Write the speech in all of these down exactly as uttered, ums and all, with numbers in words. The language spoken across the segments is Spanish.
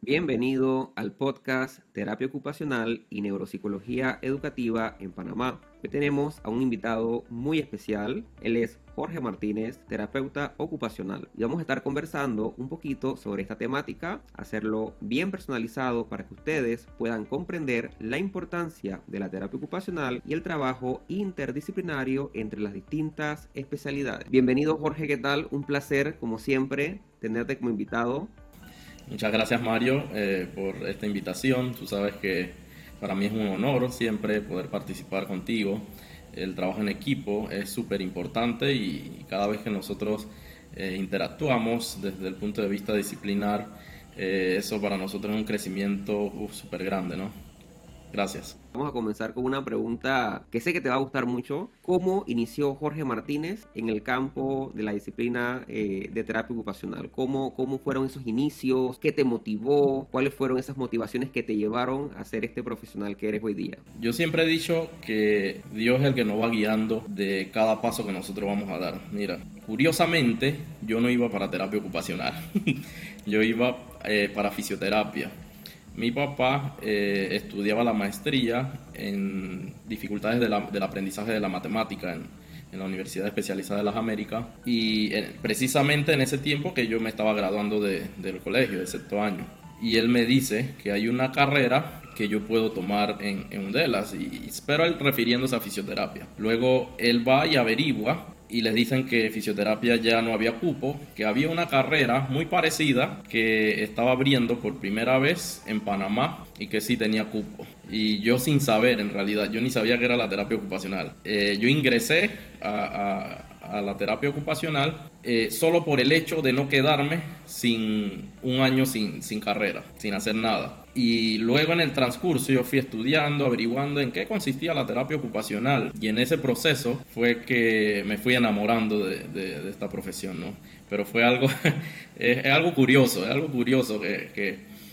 Bienvenido al podcast Terapia Ocupacional y Neuropsicología Educativa en Panamá. Hoy tenemos a un invitado muy especial. Él es Jorge Martínez, terapeuta ocupacional. Y vamos a estar conversando un poquito sobre esta temática, hacerlo bien personalizado para que ustedes puedan comprender la importancia de la terapia ocupacional y el trabajo interdisciplinario entre las distintas especialidades. Bienvenido, Jorge, ¿qué tal? Un placer, como siempre, tenerte como invitado. Muchas gracias, Mario, eh, por esta invitación. Tú sabes que para mí es un honor siempre poder participar contigo. El trabajo en equipo es súper importante y cada vez que nosotros eh, interactuamos desde el punto de vista disciplinar, eh, eso para nosotros es un crecimiento súper grande, ¿no? Gracias. Vamos a comenzar con una pregunta que sé que te va a gustar mucho. ¿Cómo inició Jorge Martínez en el campo de la disciplina eh, de terapia ocupacional? ¿Cómo, ¿Cómo fueron esos inicios? ¿Qué te motivó? ¿Cuáles fueron esas motivaciones que te llevaron a ser este profesional que eres hoy día? Yo siempre he dicho que Dios es el que nos va guiando de cada paso que nosotros vamos a dar. Mira, curiosamente, yo no iba para terapia ocupacional. Yo iba eh, para fisioterapia. Mi papá eh, estudiaba la maestría en dificultades de la, del aprendizaje de la matemática en, en la Universidad Especializada de las Américas y eh, precisamente en ese tiempo que yo me estaba graduando de, del colegio, de sexto año. Y él me dice que hay una carrera que yo puedo tomar en, en Undelas, y, pero él refiriéndose a fisioterapia. Luego él va y averigua y les dicen que fisioterapia ya no había cupo, que había una carrera muy parecida que estaba abriendo por primera vez en Panamá y que sí tenía cupo. Y yo sin saber, en realidad, yo ni sabía que era la terapia ocupacional. Eh, yo ingresé a, a, a la terapia ocupacional eh, solo por el hecho de no quedarme sin un año sin, sin carrera, sin hacer nada. Y luego en el transcurso yo fui estudiando, averiguando en qué consistía la terapia ocupacional. Y en ese proceso fue que me fui enamorando de, de, de esta profesión, ¿no? Pero fue algo, es, es algo curioso, es algo curioso que, que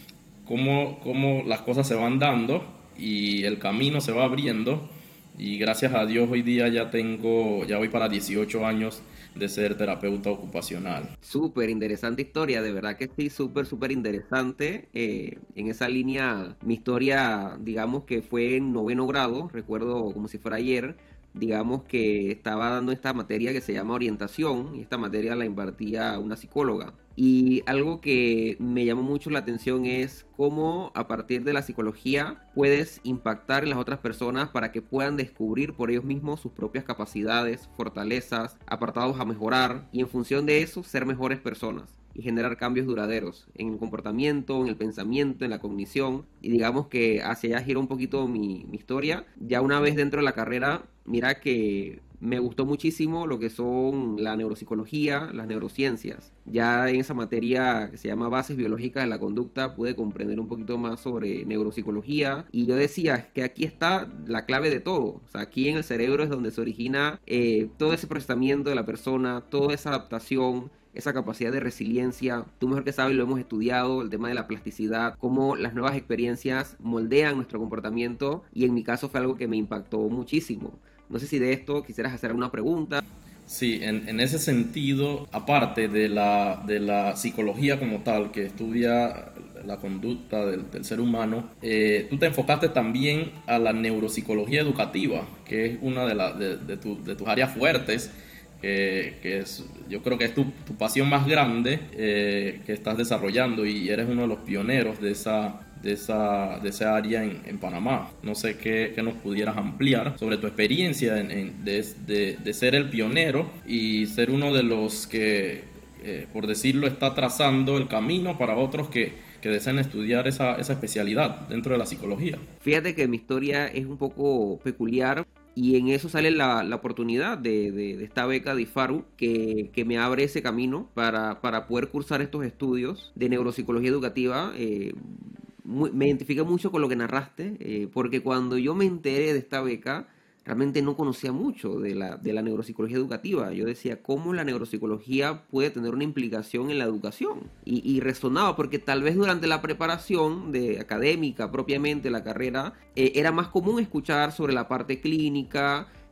cómo, cómo las cosas se van dando y el camino se va abriendo. Y gracias a Dios hoy día ya tengo, ya voy para dieciocho años de ser terapeuta ocupacional. Súper interesante historia, de verdad que sí, súper, súper interesante. Eh, en esa línea, mi historia, digamos que fue en noveno grado, recuerdo como si fuera ayer, digamos que estaba dando esta materia que se llama orientación, y esta materia la impartía una psicóloga. Y algo que me llamó mucho la atención es cómo a partir de la psicología puedes impactar en las otras personas para que puedan descubrir por ellos mismos sus propias capacidades, fortalezas, apartados a mejorar y en función de eso ser mejores personas y generar cambios duraderos en el comportamiento, en el pensamiento, en la cognición. Y digamos que hacia allá gira un poquito mi, mi historia. Ya una vez dentro de la carrera, mira que me gustó muchísimo lo que son la neuropsicología, las neurociencias. Ya en esa materia que se llama Bases Biológicas de la Conducta pude comprender un poquito más sobre neuropsicología y yo decía que aquí está la clave de todo. O sea, aquí en el cerebro es donde se origina eh, todo ese procesamiento de la persona, toda esa adaptación, esa capacidad de resiliencia. Tú mejor que sabes, lo hemos estudiado, el tema de la plasticidad, cómo las nuevas experiencias moldean nuestro comportamiento y en mi caso fue algo que me impactó muchísimo. No sé si de esto quisieras hacer alguna pregunta. Sí, en, en ese sentido, aparte de la, de la psicología como tal, que estudia la conducta del, del ser humano, eh, tú te enfocaste también a la neuropsicología educativa, que es una de, la, de, de, tu, de tus áreas fuertes, que, que es, yo creo que es tu, tu pasión más grande eh, que estás desarrollando y eres uno de los pioneros de esa, de esa, de esa área en, en Panamá. No sé qué, qué nos pudieras ampliar sobre tu experiencia en, en, de, de, de ser el pionero y ser uno de los que, eh, por decirlo, está trazando el camino para otros que, que desean estudiar esa, esa especialidad dentro de la psicología. Fíjate que mi historia es un poco peculiar. Y en eso sale la, la oportunidad de, de, de esta beca de IFARU que, que me abre ese camino para, para poder cursar estos estudios de neuropsicología educativa. Eh, muy, me identifiqué mucho con lo que narraste, eh, porque cuando yo me enteré de esta beca, realmente no conocía mucho de la, de la neuropsicología educativa. Yo decía, ¿cómo la neuropsicología puede tener una implicación en la educación? Y, y resonaba porque tal vez durante la preparación de académica propiamente, la carrera, eh, era más común escuchar sobre la parte clínica,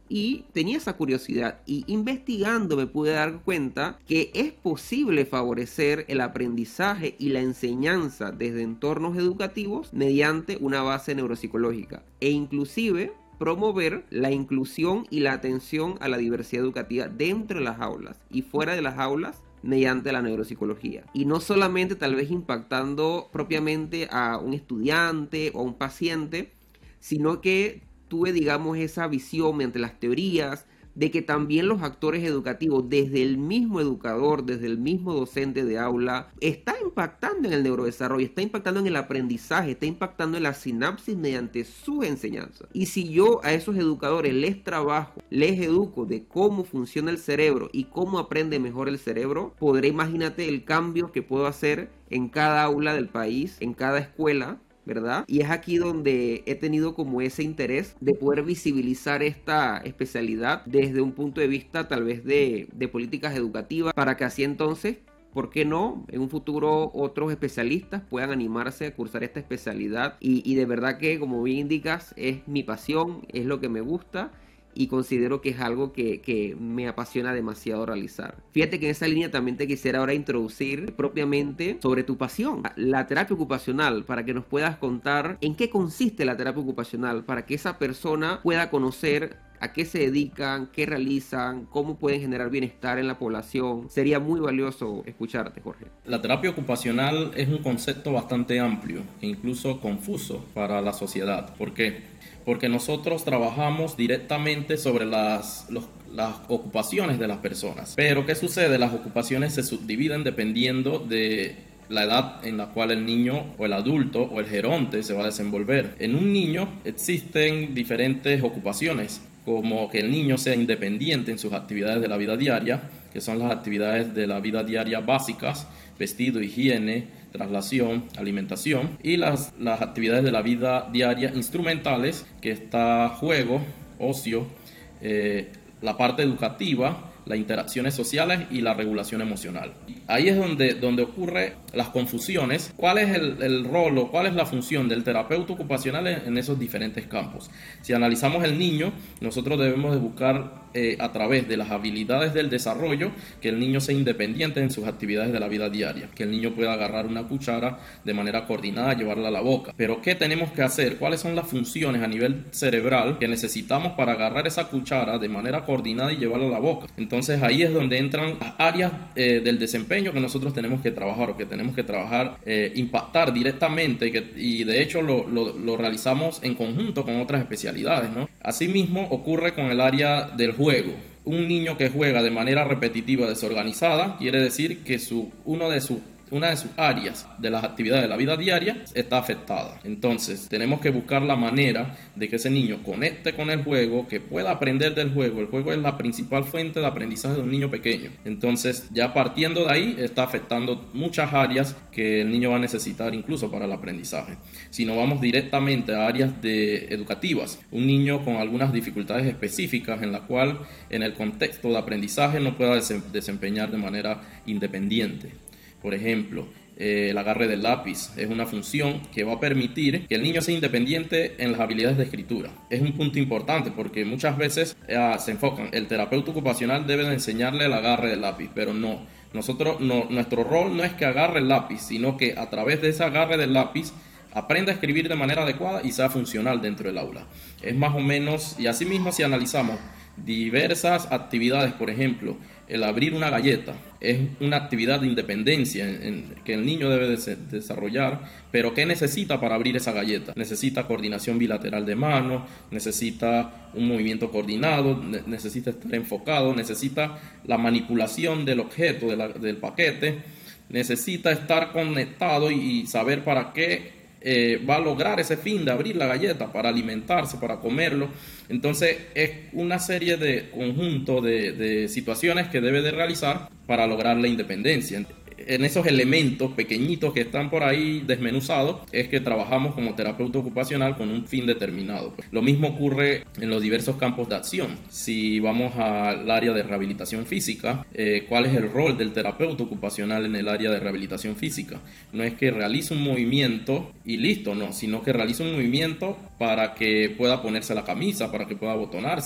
y tenía esa curiosidad, y investigando me pude dar cuenta que es posible favorecer el aprendizaje y la enseñanza desde entornos educativos mediante una base neuropsicológica, e inclusive promover la inclusión y la atención a la diversidad educativa dentro de las aulas y fuera de las aulas mediante la neuropsicología. Y no solamente tal vez impactando propiamente a un estudiante o a un paciente, sino que tuve, digamos, esa visión mediante las teorías de que también los actores educativos, desde el mismo educador, desde el mismo docente de aula, está impactando en el neurodesarrollo, está impactando en el aprendizaje, está impactando en la sinapsis mediante sus enseñanzas. Y si yo a esos educadores les trabajo, les educo de cómo funciona el cerebro y cómo aprende mejor el cerebro, podré, imagínate el cambio que puedo hacer en cada aula del país, en cada escuela, ¿verdad? Y es aquí donde he tenido como ese interés de poder visibilizar esta especialidad desde un punto de vista tal vez de, de políticas educativas, para que así entonces, ¿por qué no? En un futuro otros especialistas puedan animarse a cursar esta especialidad, y, y de verdad que, como bien indicas, es mi pasión, es lo que me gusta, y considero que es algo que, que me apasiona demasiado realizar. Fíjate que en esa línea también te quisiera ahora introducir propiamente sobre tu pasión, la terapia ocupacional, para que nos puedas contar en qué consiste la terapia ocupacional, para que esa persona pueda conocer a qué se dedican, qué realizan, cómo pueden generar bienestar en la población. Sería muy valioso escucharte, Jorge. La terapia ocupacional es un concepto bastante amplio e incluso confuso para la sociedad. ¿Por qué? Porque nosotros trabajamos directamente sobre las, los, las ocupaciones de las personas. Pero ¿qué sucede? Las ocupaciones se subdividen dependiendo de la edad en la cual el niño o el adulto o el geronte se va a desenvolver. En un niño existen diferentes ocupaciones, como que el niño sea independiente en sus actividades de la vida diaria, que son las actividades de la vida diaria básicas: vestido, higiene, traslación, alimentación, y las, las actividades de la vida diaria instrumentales, que está juego, ocio, eh, la parte educativa, las interacciones sociales y la regulación emocional. Ahí es donde, donde ocurren las confusiones. ¿Cuál es el, el rol o cuál es la función del terapeuta ocupacional en, en esos diferentes campos? Si analizamos el niño, nosotros debemos de buscar eh, a través de las habilidades del desarrollo que el niño sea independiente en sus actividades de la vida diaria, que el niño pueda agarrar una cuchara de manera coordinada y llevarla a la boca. Pero ¿qué tenemos que hacer? ¿Cuáles son las funciones a nivel cerebral que necesitamos para agarrar esa cuchara de manera coordinada y llevarla a la boca? Entonces, Entonces ahí es donde entran las áreas eh, del desempeño que nosotros tenemos que trabajar o que tenemos que trabajar, eh, impactar directamente, que, y de hecho lo, lo, lo realizamos en conjunto con otras especialidades, ¿no? Asimismo ocurre con el área del juego. Un niño que juega de manera repetitiva, desorganizada, quiere decir que su, uno de sus una de sus áreas de las actividades de la vida diaria está afectada. Entonces tenemos que buscar la manera de que ese niño conecte con el juego, que pueda aprender del juego. El juego es la principal fuente de aprendizaje de un niño pequeño. Entonces, ya partiendo de ahí, está afectando muchas áreas que el niño va a necesitar incluso para el aprendizaje. Si no, vamos directamente a áreas de educativas, un niño con algunas dificultades específicas en la cual en el contexto de aprendizaje no pueda desempeñar de manera independiente. Por ejemplo, eh, el agarre del lápiz es una función que va a permitir que el niño sea independiente en las habilidades de escritura. Es un punto importante porque muchas veces eh, se enfocan, el terapeuta ocupacional debe de enseñarle el agarre del lápiz, pero no. Nosotros, no, nuestro rol no es que agarre el lápiz, sino que a través de ese agarre del lápiz aprenda a escribir de manera adecuada y sea funcional dentro del aula. Es más o menos, y así mismo si analizamos diversas actividades, por ejemplo, el abrir una galleta es una actividad de independencia en, en, que el niño debe de desarrollar, pero ¿qué necesita para abrir esa galleta? Necesita coordinación bilateral de manos, necesita un movimiento coordinado, ne necesita estar enfocado, necesita la manipulación del objeto, de la, del paquete, necesita estar conectado y, y saber para qué Eh, va a lograr ese fin de abrir la galleta, para alimentarse, para comerlo. Entonces es una serie de conjunto de, de situaciones que debe de realizar para lograr la independencia. En esos elementos pequeñitos que están por ahí desmenuzados es que trabajamos como terapeuta ocupacional con un fin determinado. Lo mismo ocurre en los diversos campos de acción. Si vamos al área de rehabilitación física, eh, ¿cuál es el rol del terapeuta ocupacional en el área de rehabilitación física? No es que realice un movimiento y listo, no, sino que realice un movimiento para que pueda ponerse la camisa, para que pueda abotonarse.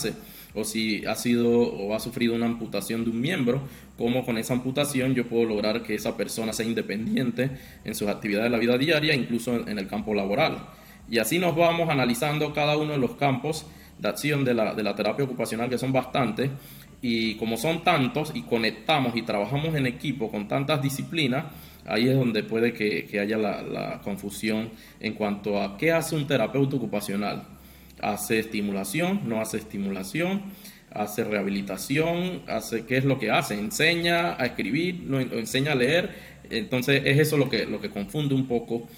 o si ha sido o ha sufrido una amputación de un miembro, cómo con esa amputación yo puedo lograr que esa persona sea independiente en sus actividades de la vida diaria, incluso en el campo laboral. Y así nos vamos analizando cada uno de los campos de acción de la, de la terapia ocupacional, que son bastantes, y como son tantos y conectamos y trabajamos en equipo con tantas disciplinas, ahí es donde puede que, que haya la, la confusión en cuanto a qué hace un terapeuta ocupacional. ¿Hace estimulación? ¿No hace estimulación? ¿Hace rehabilitación? ¿Hace qué es lo que hace? ¿Enseña a escribir? ¿No enseña a leer? Entonces es eso lo que, lo que confunde un poco,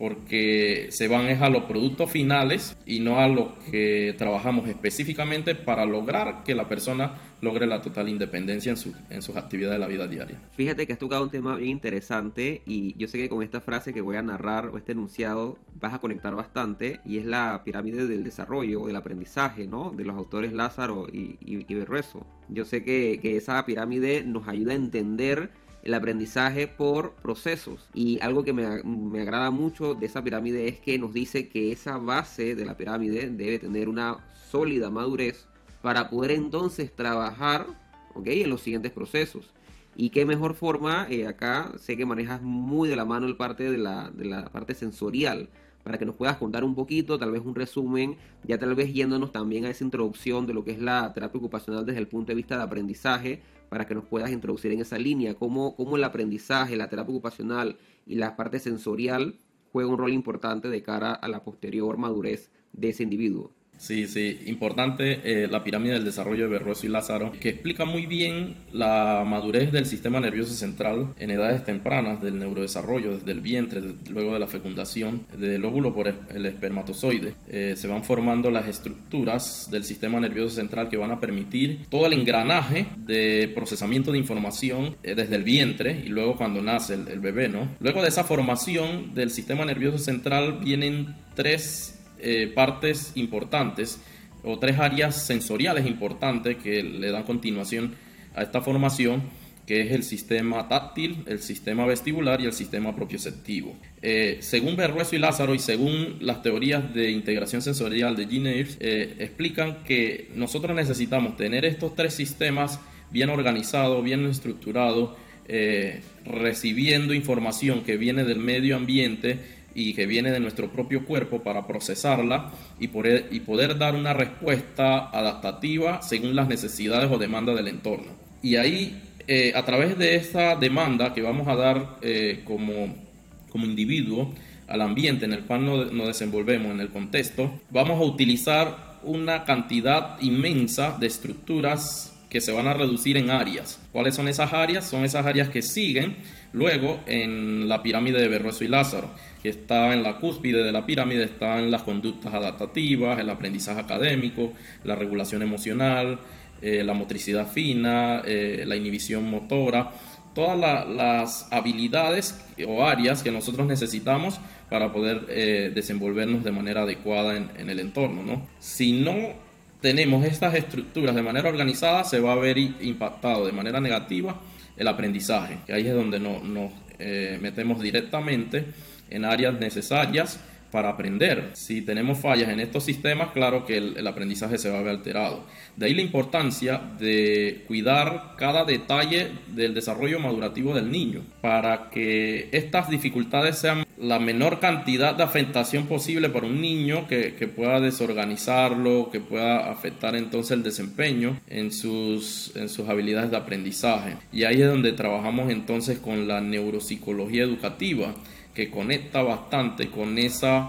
porque se van es a los productos finales y no a lo que trabajamos específicamente para lograr que la persona logre la total independencia en, su, en sus actividades de la vida diaria. Fíjate que has tocado un tema bien interesante y yo sé que con esta frase que voy a narrar o este enunciado vas a conectar bastante, y es la pirámide del desarrollo o del aprendizaje, ¿no? De los autores Lázaro y, y, y Berruezo. Yo sé que, que esa pirámide nos ayuda a entender el aprendizaje por procesos, y algo que me, me agrada mucho de esa pirámide es que nos dice que esa base de la pirámide debe tener una sólida madurez para poder entonces trabajar, ¿ok?, en los siguientes procesos. Y qué mejor forma, eh, acá sé que manejas muy de la mano el parte de la, de la parte sensorial, para que nos puedas contar un poquito, tal vez un resumen, ya tal vez yéndonos también a esa introducción de lo que es la terapia ocupacional desde el punto de vista de aprendizaje, para que nos puedas introducir en esa línea, cómo, cómo el aprendizaje, la terapia ocupacional y la parte sensorial juega un rol importante de cara a la posterior madurez de ese individuo. Sí, sí, importante eh, la pirámide del desarrollo de Berruezo y Lázaro, que explica muy bien la madurez del sistema nervioso central en edades tempranas del neurodesarrollo, desde el vientre, desde, luego de la fecundación del óvulo por el espermatozoide. Eh, se van formando las estructuras del sistema nervioso central que van a permitir todo el engranaje de procesamiento de información eh, desde el vientre y luego cuando nace el, el bebé, ¿no? Luego de esa formación del sistema nervioso central vienen tres Eh, partes importantes o tres áreas sensoriales importantes que le dan continuación a esta formación, que es el sistema táctil, el sistema vestibular y el sistema propioceptivo. Eh, según Berruezo y Lázaro y según las teorías de integración sensorial de Jean Ayres, eh, explican que nosotros necesitamos tener estos tres sistemas bien organizados, bien estructurados, eh, recibiendo información que viene del medio ambiente y que viene de nuestro propio cuerpo para procesarla y poder, y poder dar una respuesta adaptativa según las necesidades o demandas del entorno. Y ahí, eh, a través de esa demanda que vamos a dar eh, como, como individuo al ambiente en el cual nos, nos desenvolvemos, en el contexto, vamos a utilizar una cantidad inmensa de estructuras que se van a reducir en áreas. ¿Cuáles son esas áreas? Son esas áreas que siguen luego en la pirámide de Berruezo y Lázaro, que está en la cúspide de la pirámide, están las conductas adaptativas, el aprendizaje académico, la regulación emocional, eh, la motricidad fina, eh, la inhibición motora, todas la, las habilidades o áreas que nosotros necesitamos para poder eh, desenvolvernos de manera adecuada en, en el entorno, ¿no? Si no tenemos estas estructuras de manera organizada, se va a ver impactado de manera negativa el aprendizaje, que ahí es donde no, nos eh, metemos directamente en áreas necesarias para aprender. Si tenemos fallas en estos sistemas, claro que el, el aprendizaje se va a ver alterado. De ahí la importancia de cuidar cada detalle del desarrollo madurativo del niño, para que estas dificultades sean la menor cantidad de afectación posible para un niño, que, que pueda desorganizarlo, que pueda afectar entonces el desempeño en sus, en sus habilidades de aprendizaje. Y ahí es donde trabajamos entonces con la neuropsicología educativa, que conecta bastante con esa,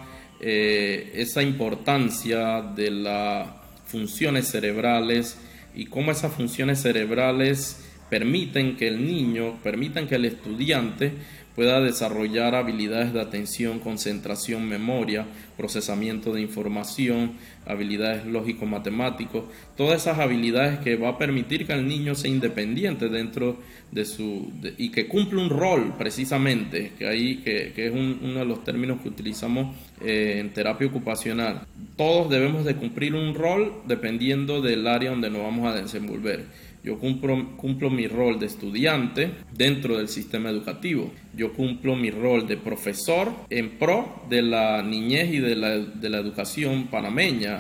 eh, esa importancia de las funciones cerebrales y cómo esas funciones cerebrales permiten que el niño, permiten que el estudiante pueda desarrollar habilidades de atención, concentración, memoria, procesamiento de información, habilidades lógico-matemáticos, todas esas habilidades que va a permitir que el niño sea independiente dentro de su de, y que cumple un rol precisamente, que ahí que, que es un, uno de los términos que utilizamos eh, en terapia ocupacional. Todos debemos de cumplir un rol dependiendo del área donde nos vamos a desenvolver. Yo cumplo, cumplo mi rol de estudiante dentro del sistema educativo. Yo cumplo mi rol de profesor en pro de la niñez y de la, de la educación panameña,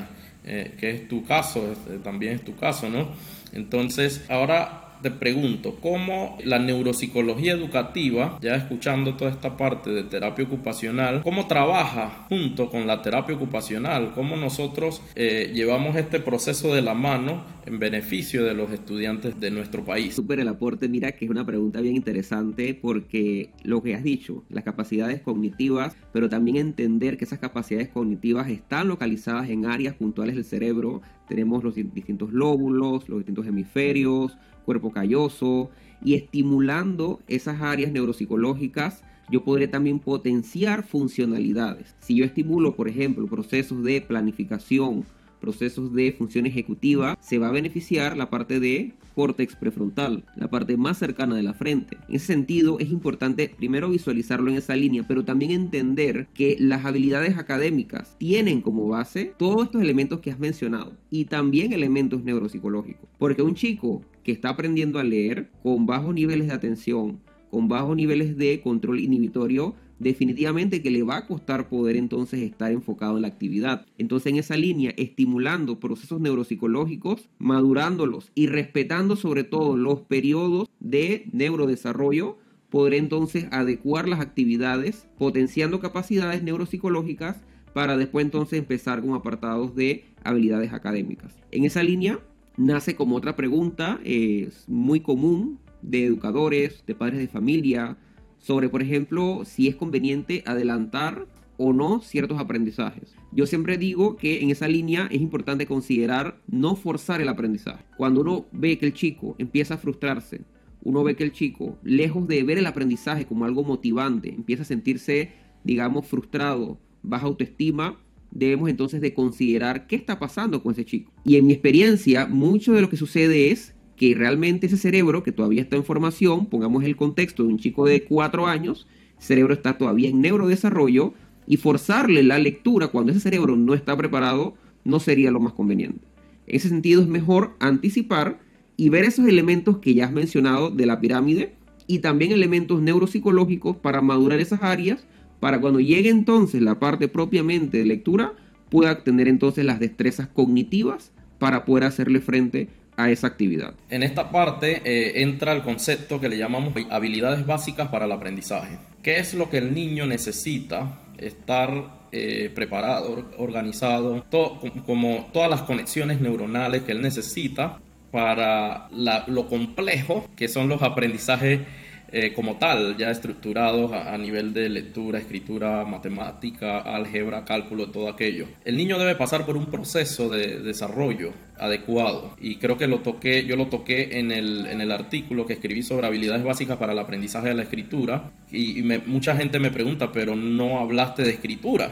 eh, que es tu caso, eh, también es tu caso, ¿no? Entonces, ahora te pregunto, ¿cómo la neuropsicología educativa, ya escuchando toda esta parte de terapia ocupacional, cómo trabaja junto con la terapia ocupacional? ¿Cómo nosotros eh, llevamos este proceso de la mano en beneficio de los estudiantes de nuestro país? Súper el aporte, mira que es una pregunta bien interesante porque lo que has dicho, las capacidades cognitivas, pero también entender que esas capacidades cognitivas están localizadas en áreas puntuales del cerebro. Tenemos los distintos lóbulos, los distintos hemisferios, cuerpo calloso, y estimulando esas áreas neuropsicológicas yo podré también potenciar funcionalidades. Si yo estimulo, por ejemplo, procesos de planificación, procesos de función ejecutiva, se va a beneficiar la parte de córtex prefrontal, la parte más cercana de la frente. En ese sentido, es importante primero visualizarlo en esa línea, pero también entender que las habilidades académicas tienen como base todos estos elementos que has mencionado y también elementos neuropsicológicos. Porque un chico que está aprendiendo a leer con bajos niveles de atención, con bajos niveles de control inhibitorio, definitivamente que le va a costar poder entonces estar enfocado en la actividad. Entonces, en esa línea, estimulando procesos neuropsicológicos, madurándolos y respetando sobre todo los periodos de neurodesarrollo, podré entonces adecuar las actividades, potenciando capacidades neuropsicológicas para después entonces empezar con apartados de habilidades académicas. En esa línea nace como otra pregunta eh, muy común de educadores, de padres de familia, sobre, por ejemplo, si es conveniente adelantar o no ciertos aprendizajes. Yo siempre digo que en esa línea es importante considerar no forzar el aprendizaje. Cuando uno ve que el chico empieza a frustrarse, uno ve que el chico, lejos de ver el aprendizaje como algo motivante, empieza a sentirse, digamos, frustrado, baja autoestima, debemos entonces de considerar qué está pasando con ese chico. Y en mi experiencia, mucho de lo que sucede es que realmente ese cerebro, que todavía está en formación, pongamos el contexto de un chico de cuatro años, el cerebro está todavía en neurodesarrollo, y forzarle la lectura cuando ese cerebro no está preparado no sería lo más conveniente. En ese sentido es mejor anticipar y ver esos elementos que ya has mencionado de la pirámide y también elementos neuropsicológicos para madurar esas áreas, para cuando llegue entonces la parte propiamente de lectura, pueda tener entonces las destrezas cognitivas para poder hacerle frente a esa actividad. En esta parte eh, entra el concepto que le llamamos habilidades básicas para el aprendizaje. ¿Qué es lo que el niño necesita? Estar eh, preparado, organizado, todo, como todas las conexiones neuronales que él necesita para la, lo complejo que son los aprendizajes eh, como tal, ya estructurados a, a nivel de lectura, escritura, matemática, álgebra, cálculo, todo aquello. El niño debe pasar por un proceso de desarrollo adecuado, y creo que lo toqué, yo lo toqué en el, en el artículo que escribí sobre habilidades básicas para el aprendizaje de la escritura, y, y me, mucha gente me pregunta, pero no hablaste de escritura.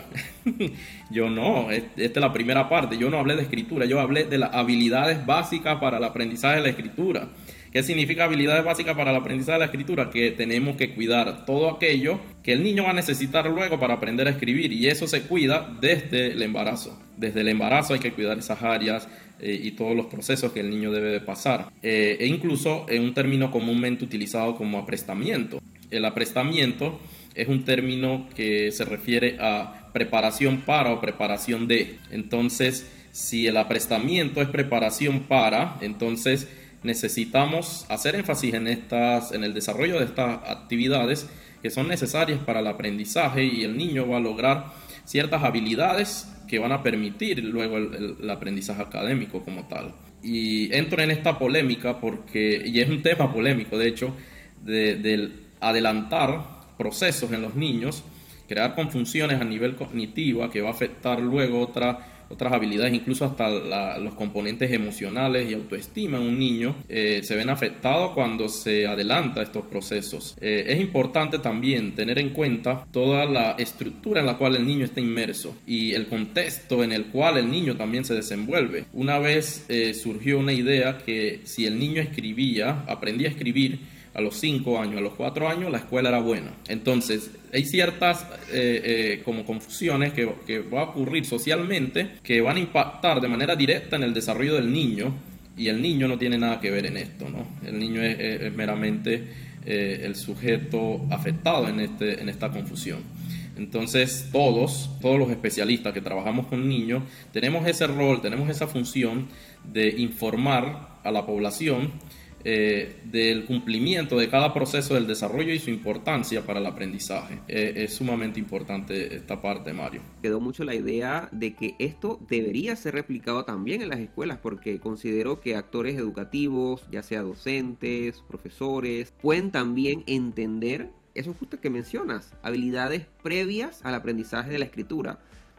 Yo no, esta es la primera parte, yo no hablé de escritura, yo hablé de las habilidades básicas para el aprendizaje de la escritura. ¿Qué significa habilidades básicas para el aprendizaje de la escritura? Que tenemos que cuidar todo aquello que el niño va a necesitar luego para aprender a escribir, y eso se cuida desde el embarazo. Desde el embarazo hay que cuidar esas áreas eh, y todos los procesos que el niño debe de pasar. Eh, e incluso en un término comúnmente utilizado como aprestamiento. El aprestamiento es un término que se refiere a preparación para o preparación de. Entonces, si el aprestamiento es preparación para, entonces necesitamos hacer énfasis en, estas, en el desarrollo de estas actividades que son necesarias para el aprendizaje, y el niño va a lograr ciertas habilidades que van a permitir luego el, el, el aprendizaje académico como tal. Y entro en esta polémica porque, y es un tema polémico de hecho, de, de adelantar procesos en los niños, crear confusiones a nivel cognitivo que va a afectar luego otra otras habilidades, incluso hasta la, los componentes emocionales y autoestima en un niño eh, se ven afectados cuando se adelanta estos procesos. Eh, es importante también tener en cuenta toda la estructura en la cual el niño está inmerso y el contexto en el cual el niño también se desenvuelve. Una vez eh, surgió una idea que si el niño escribía, aprendía a escribir a los cinco años, a los cuatro años, la escuela era buena. Entonces, hay ciertas eh, eh, como confusiones que, que va a ocurrir socialmente que van a impactar de manera directa en el desarrollo del niño, y el niño no tiene nada que ver en esto, ¿no? El niño es, es, es meramente eh, el sujeto afectado en, este, en esta confusión. Entonces todos, todos los especialistas que trabajamos con niños, tenemos ese rol, tenemos esa función de informar a la población eh, del cumplimiento de cada proceso del desarrollo y su importancia para el aprendizaje. Eh, es sumamente importante esta parte, Mario. Quedó mucho la idea de que esto debería ser replicado también en las escuelas, porque considero que actores educativos, ya sea docentes, profesores, pueden también entender eso justo que mencionas, habilidades previas al aprendizaje de la escritura.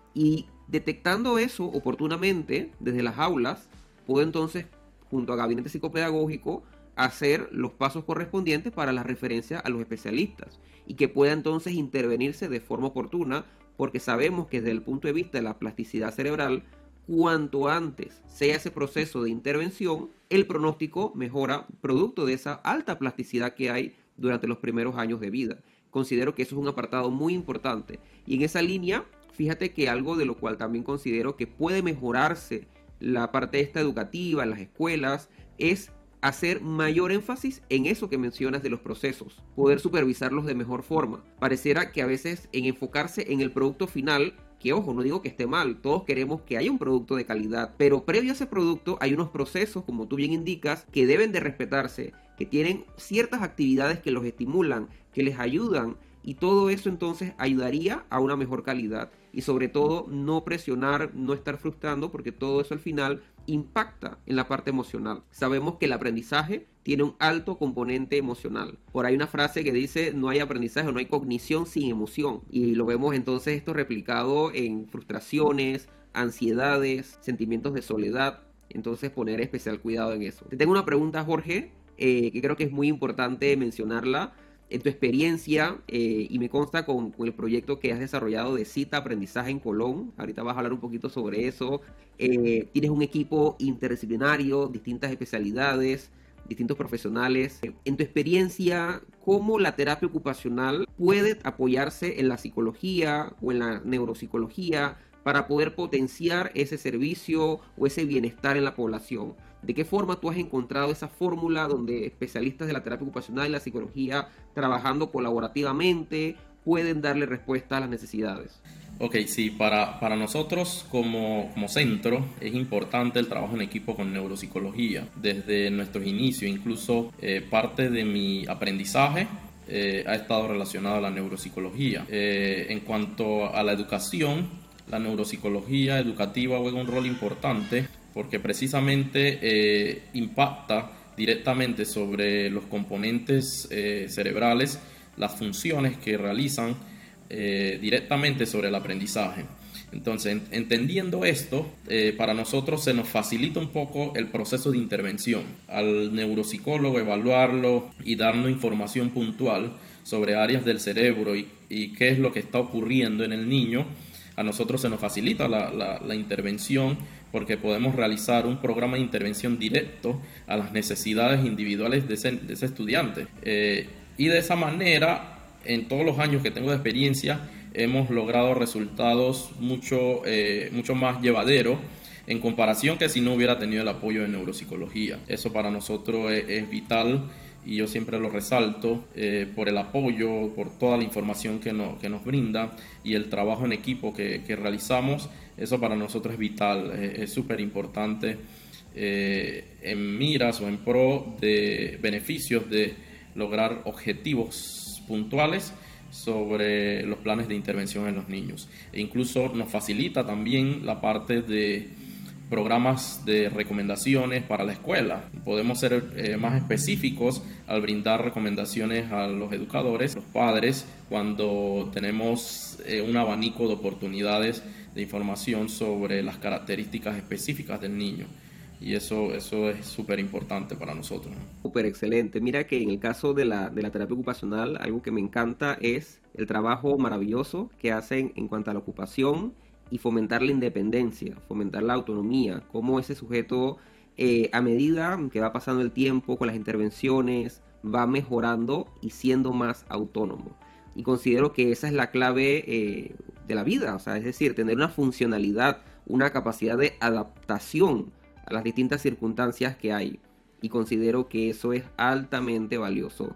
Y detectando eso oportunamente desde las aulas, puedo entonces, junto a gabinete psicopedagógico, hacer los pasos correspondientes para la referencia a los especialistas y que pueda entonces intervenirse de forma oportuna, porque sabemos que desde el punto de vista de la plasticidad cerebral, cuanto antes sea ese proceso de intervención, el pronóstico mejora producto de esa alta plasticidad que hay durante los primeros años de vida. Considero que eso es un apartado muy importante. Y en esa línea, fíjate que algo de lo cual también considero que puede mejorarse la parte esta educativa en las escuelas es hacer mayor énfasis en eso que mencionas de los procesos, poder supervisarlos de mejor forma. Pareciera que a veces en enfocarse en el producto final, que ojo, no digo que esté mal, todos queremos que haya un producto de calidad, pero previo a ese producto hay unos procesos, como tú bien indicas, que deben de respetarse, que tienen ciertas actividades que los estimulan, que les ayudan, y todo eso entonces ayudaría a una mejor calidad y sobre todo no presionar, no estar frustrando, porque todo eso al final impacta en la parte emocional. Sabemos que el aprendizaje tiene un alto componente emocional. Por ahí una frase que dice: no hay aprendizaje, no hay cognición sin emoción, y lo vemos entonces esto replicado en frustraciones, ansiedades, sentimientos de soledad. Entonces poner especial cuidado en eso. Te tengo una pregunta, Jorge, eh, que creo que es muy importante mencionarla. En tu experiencia, eh, y me consta con, con el proyecto que has desarrollado de Cita Aprendizaje en Colón, ahorita vas a hablar un poquito sobre eso, eh, tienes un equipo interdisciplinario, distintas especialidades, distintos profesionales. En tu experiencia, ¿cómo la terapia ocupacional puede apoyarse en la psicología o en la neuropsicología para poder potenciar ese servicio o ese bienestar en la población? ¿De qué forma tú has encontrado esa fórmula donde especialistas de la terapia ocupacional y la psicología, trabajando colaborativamente, pueden darle respuesta a las necesidades? Ok, sí, para, para nosotros como, como centro es importante el trabajo en equipo con neuropsicología. Desde nuestros inicios, incluso eh, parte de mi aprendizaje eh, ha estado relacionado a la neuropsicología. Eh, en cuanto a la educación, la neuropsicología educativa juega un rol importante porque precisamente eh, impacta directamente sobre los componentes eh, cerebrales, las funciones que realizan eh, directamente sobre el aprendizaje. Entonces, entendiendo esto, eh, para nosotros se nos facilita un poco el proceso de intervención. Al neuropsicólogo evaluarlo y darnos información puntual sobre áreas del cerebro y, y qué es lo que está ocurriendo en el niño, a nosotros se nos facilita la, la, la intervención, porque podemos realizar un programa de intervención directo a las necesidades individuales de ese, de ese estudiante. Eh, y de esa manera, en todos los años que tengo de experiencia, hemos logrado resultados mucho, eh, mucho más llevaderos en comparación que si no hubiera tenido el apoyo de neuropsicología. Eso para nosotros es, es vital. Y yo siempre lo resalto eh, por el apoyo, por toda la información que, no, que nos brinda y el trabajo en equipo que, que realizamos. Eso para nosotros es vital, es súper importante eh, en miras o en pro de beneficios de lograr objetivos puntuales sobre los planes de intervención en los niños. E incluso nos facilita también la parte de programas de recomendaciones para la escuela. Podemos ser eh, más específicos al brindar recomendaciones a los educadores, los padres, cuando tenemos eh, un abanico de oportunidades de información sobre las características específicas del niño. Y eso, eso es súper importante para nosotros, ¿no? Súper excelente. Mira que en el caso de la, de la terapia ocupacional, algo que me encanta es el trabajo maravilloso que hacen en cuanto a la ocupación y fomentar la independencia, fomentar la autonomía, cómo ese sujeto eh, a medida que va pasando el tiempo con las intervenciones va mejorando y siendo más autónomo. Y considero que esa es la clave eh, de la vida, o sea, es decir, tener una funcionalidad, una capacidad de adaptación a las distintas circunstancias que hay. Y considero que eso es altamente valioso.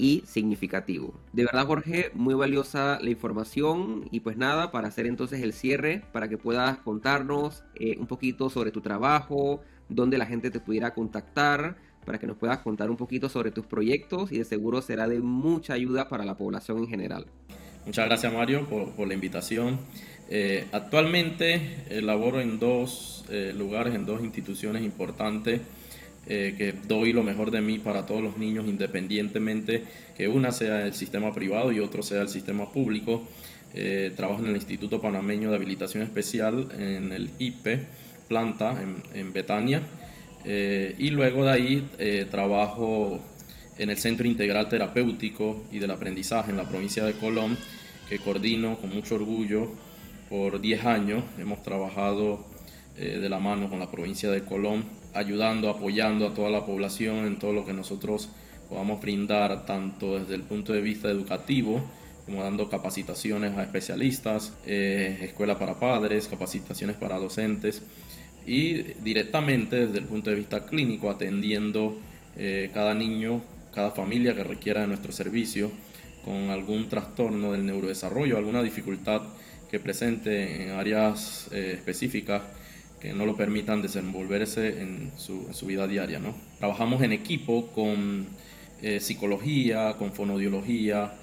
y significativo. De verdad, Jorge, muy valiosa la información y pues nada, para hacer entonces el cierre, para que puedas contarnos eh, un poquito sobre tu trabajo, dónde la gente te pudiera contactar, para que nos puedas contar un poquito sobre tus proyectos y de seguro será de mucha ayuda para la población en general. Muchas gracias, Mario, por, por la invitación. Eh, actualmente eh, laboro en dos eh, lugares, en dos instituciones importantes eh, que doy lo mejor de mí para todos los niños, independientemente que una sea el sistema privado y otro sea el sistema público. Eh, trabajo en el Instituto Panameño de Habilitación Especial, en el I P E, planta en, en Betania. Eh, y luego de ahí eh, trabajo en el Centro Integral Terapéutico y del Aprendizaje en la provincia de Colón, que coordino con mucho orgullo por diez años. Hemos trabajado eh, de la mano con la provincia de Colón, ayudando, apoyando a toda la población en todo lo que nosotros podamos brindar, tanto desde el punto de vista educativo, como dando capacitaciones a especialistas, eh, escuela para padres, capacitaciones para docentes, y directamente desde el punto de vista clínico, atendiendo eh, cada niño, cada familia que requiera de nuestro servicio con algún trastorno del neurodesarrollo, alguna dificultad que presente en áreas eh, específicas que no lo permitan desenvolverse en su, en su vida diaria, ¿no? Trabajamos en equipo con eh, psicología, con fonodiología,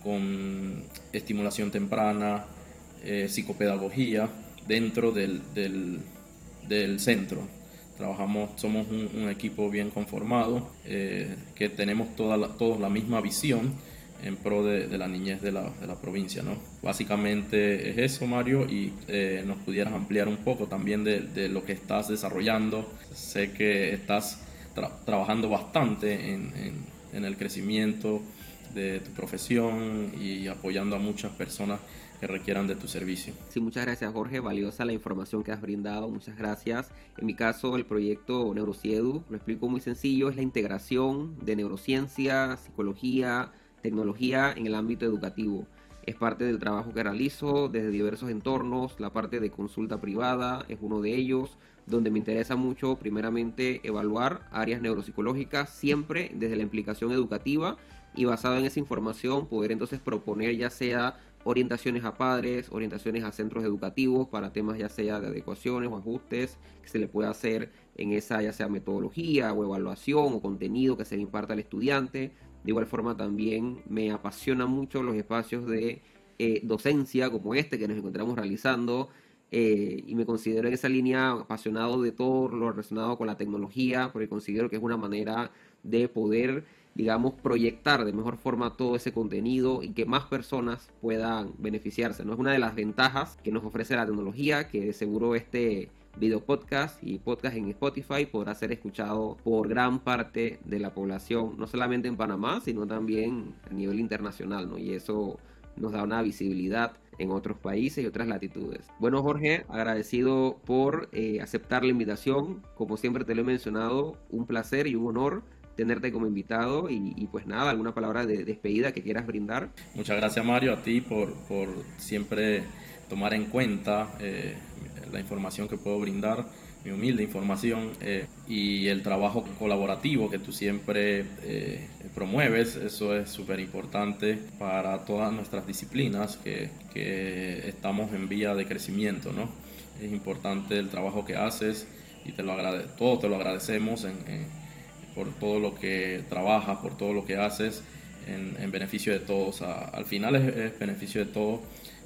con estimulación temprana, eh, psicopedagogía dentro del, del, del centro. Trabajamos, somos un, un equipo bien conformado, eh, que tenemos toda la, todos la misma visión en pro de, de la niñez de la, de la provincia, ¿no? Básicamente es eso, Mario, y eh, nos pudieras ampliar un poco también de, de lo que estás desarrollando. Sé que estás tra trabajando bastante en, en, en el crecimiento de tu profesión y apoyando a muchas personas que requieran de tu servicio. Sí, muchas gracias, Jorge, valiosa la información que has brindado, muchas gracias. En mi caso, el proyecto Neurociedu, lo explico muy sencillo, es la integración de neurociencia, psicología, tecnología en el ámbito educativo. Es parte del trabajo que realizo desde diversos entornos, la parte de consulta privada es uno de ellos, donde me interesa mucho primeramente evaluar áreas neuropsicológicas siempre desde la implicación educativa y basado en esa información poder entonces proponer ya sea orientaciones a padres, orientaciones a centros educativos para temas ya sea de adecuaciones o ajustes que se le pueda hacer en esa ya sea metodología o evaluación o contenido que se le imparta al estudiante. De igual forma también me apasiona mucho los espacios de eh, docencia como este que nos encontramos realizando eh, y me considero en esa línea apasionado de todo lo relacionado con la tecnología porque considero que es una manera de poder, digamos, proyectar de mejor forma todo ese contenido y que más personas puedan beneficiarse, ¿no? Es una de las ventajas que nos ofrece la tecnología, que de seguro este video podcast y podcast en Spotify podrá ser escuchado por gran parte de la población, no solamente en Panamá, sino también a nivel internacional, ¿no? Y eso nos da una visibilidad en otros países y otras latitudes. Bueno, Jorge, agradecido por eh, aceptar la invitación. Como siempre te lo he mencionado, un placer y un honor tenerte como invitado y, y pues nada, alguna palabra de despedida que quieras brindar. Muchas gracias, Mario, a ti por, por siempre tomar en cuenta eh, la información que puedo brindar, mi humilde información eh, y el trabajo colaborativo que tú siempre eh, promueves. Eso es súper importante para todas nuestras disciplinas que, que estamos en vía de crecimiento, ¿no? Es importante el trabajo que haces y te lo agrade todos te lo agradecemos en, en, por todo lo que trabajas, por todo lo que haces en, en beneficio de todos. A, al final es, es beneficio de todos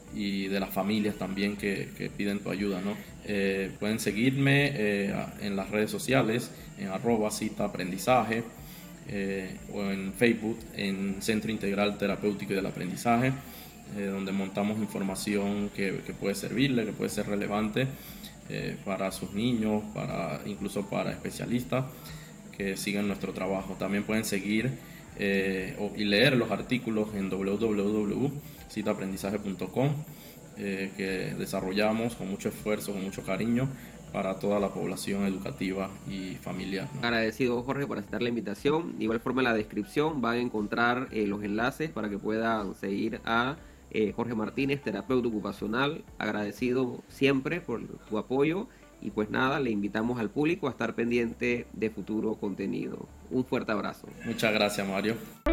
y de las familias también que, que piden tu ayuda, ¿no? Eh, pueden seguirme eh, en las redes sociales, en arroba cita aprendizaje, eh, o en Facebook, en Centro Integral Terapéutico y del Aprendizaje, eh, donde montamos información que, que puede servirle, que puede ser relevante eh, para sus niños, para, incluso para especialistas que sigan nuestro trabajo. También pueden seguir eh, y leer los artículos en w w w punto cita aprendizaje punto com eh, que desarrollamos con mucho esfuerzo, con mucho cariño para toda la población educativa y familiar, ¿no? Agradecido, Jorge, por aceptar la invitación. De igual forma en la descripción van a encontrar eh, los enlaces para que puedan seguir a eh, Jorge Martínez, terapeuta ocupacional. Agradecido siempre por tu apoyo. Y pues nada, le invitamos al público a estar pendiente de futuro contenido. Un fuerte abrazo. Muchas gracias, Mario.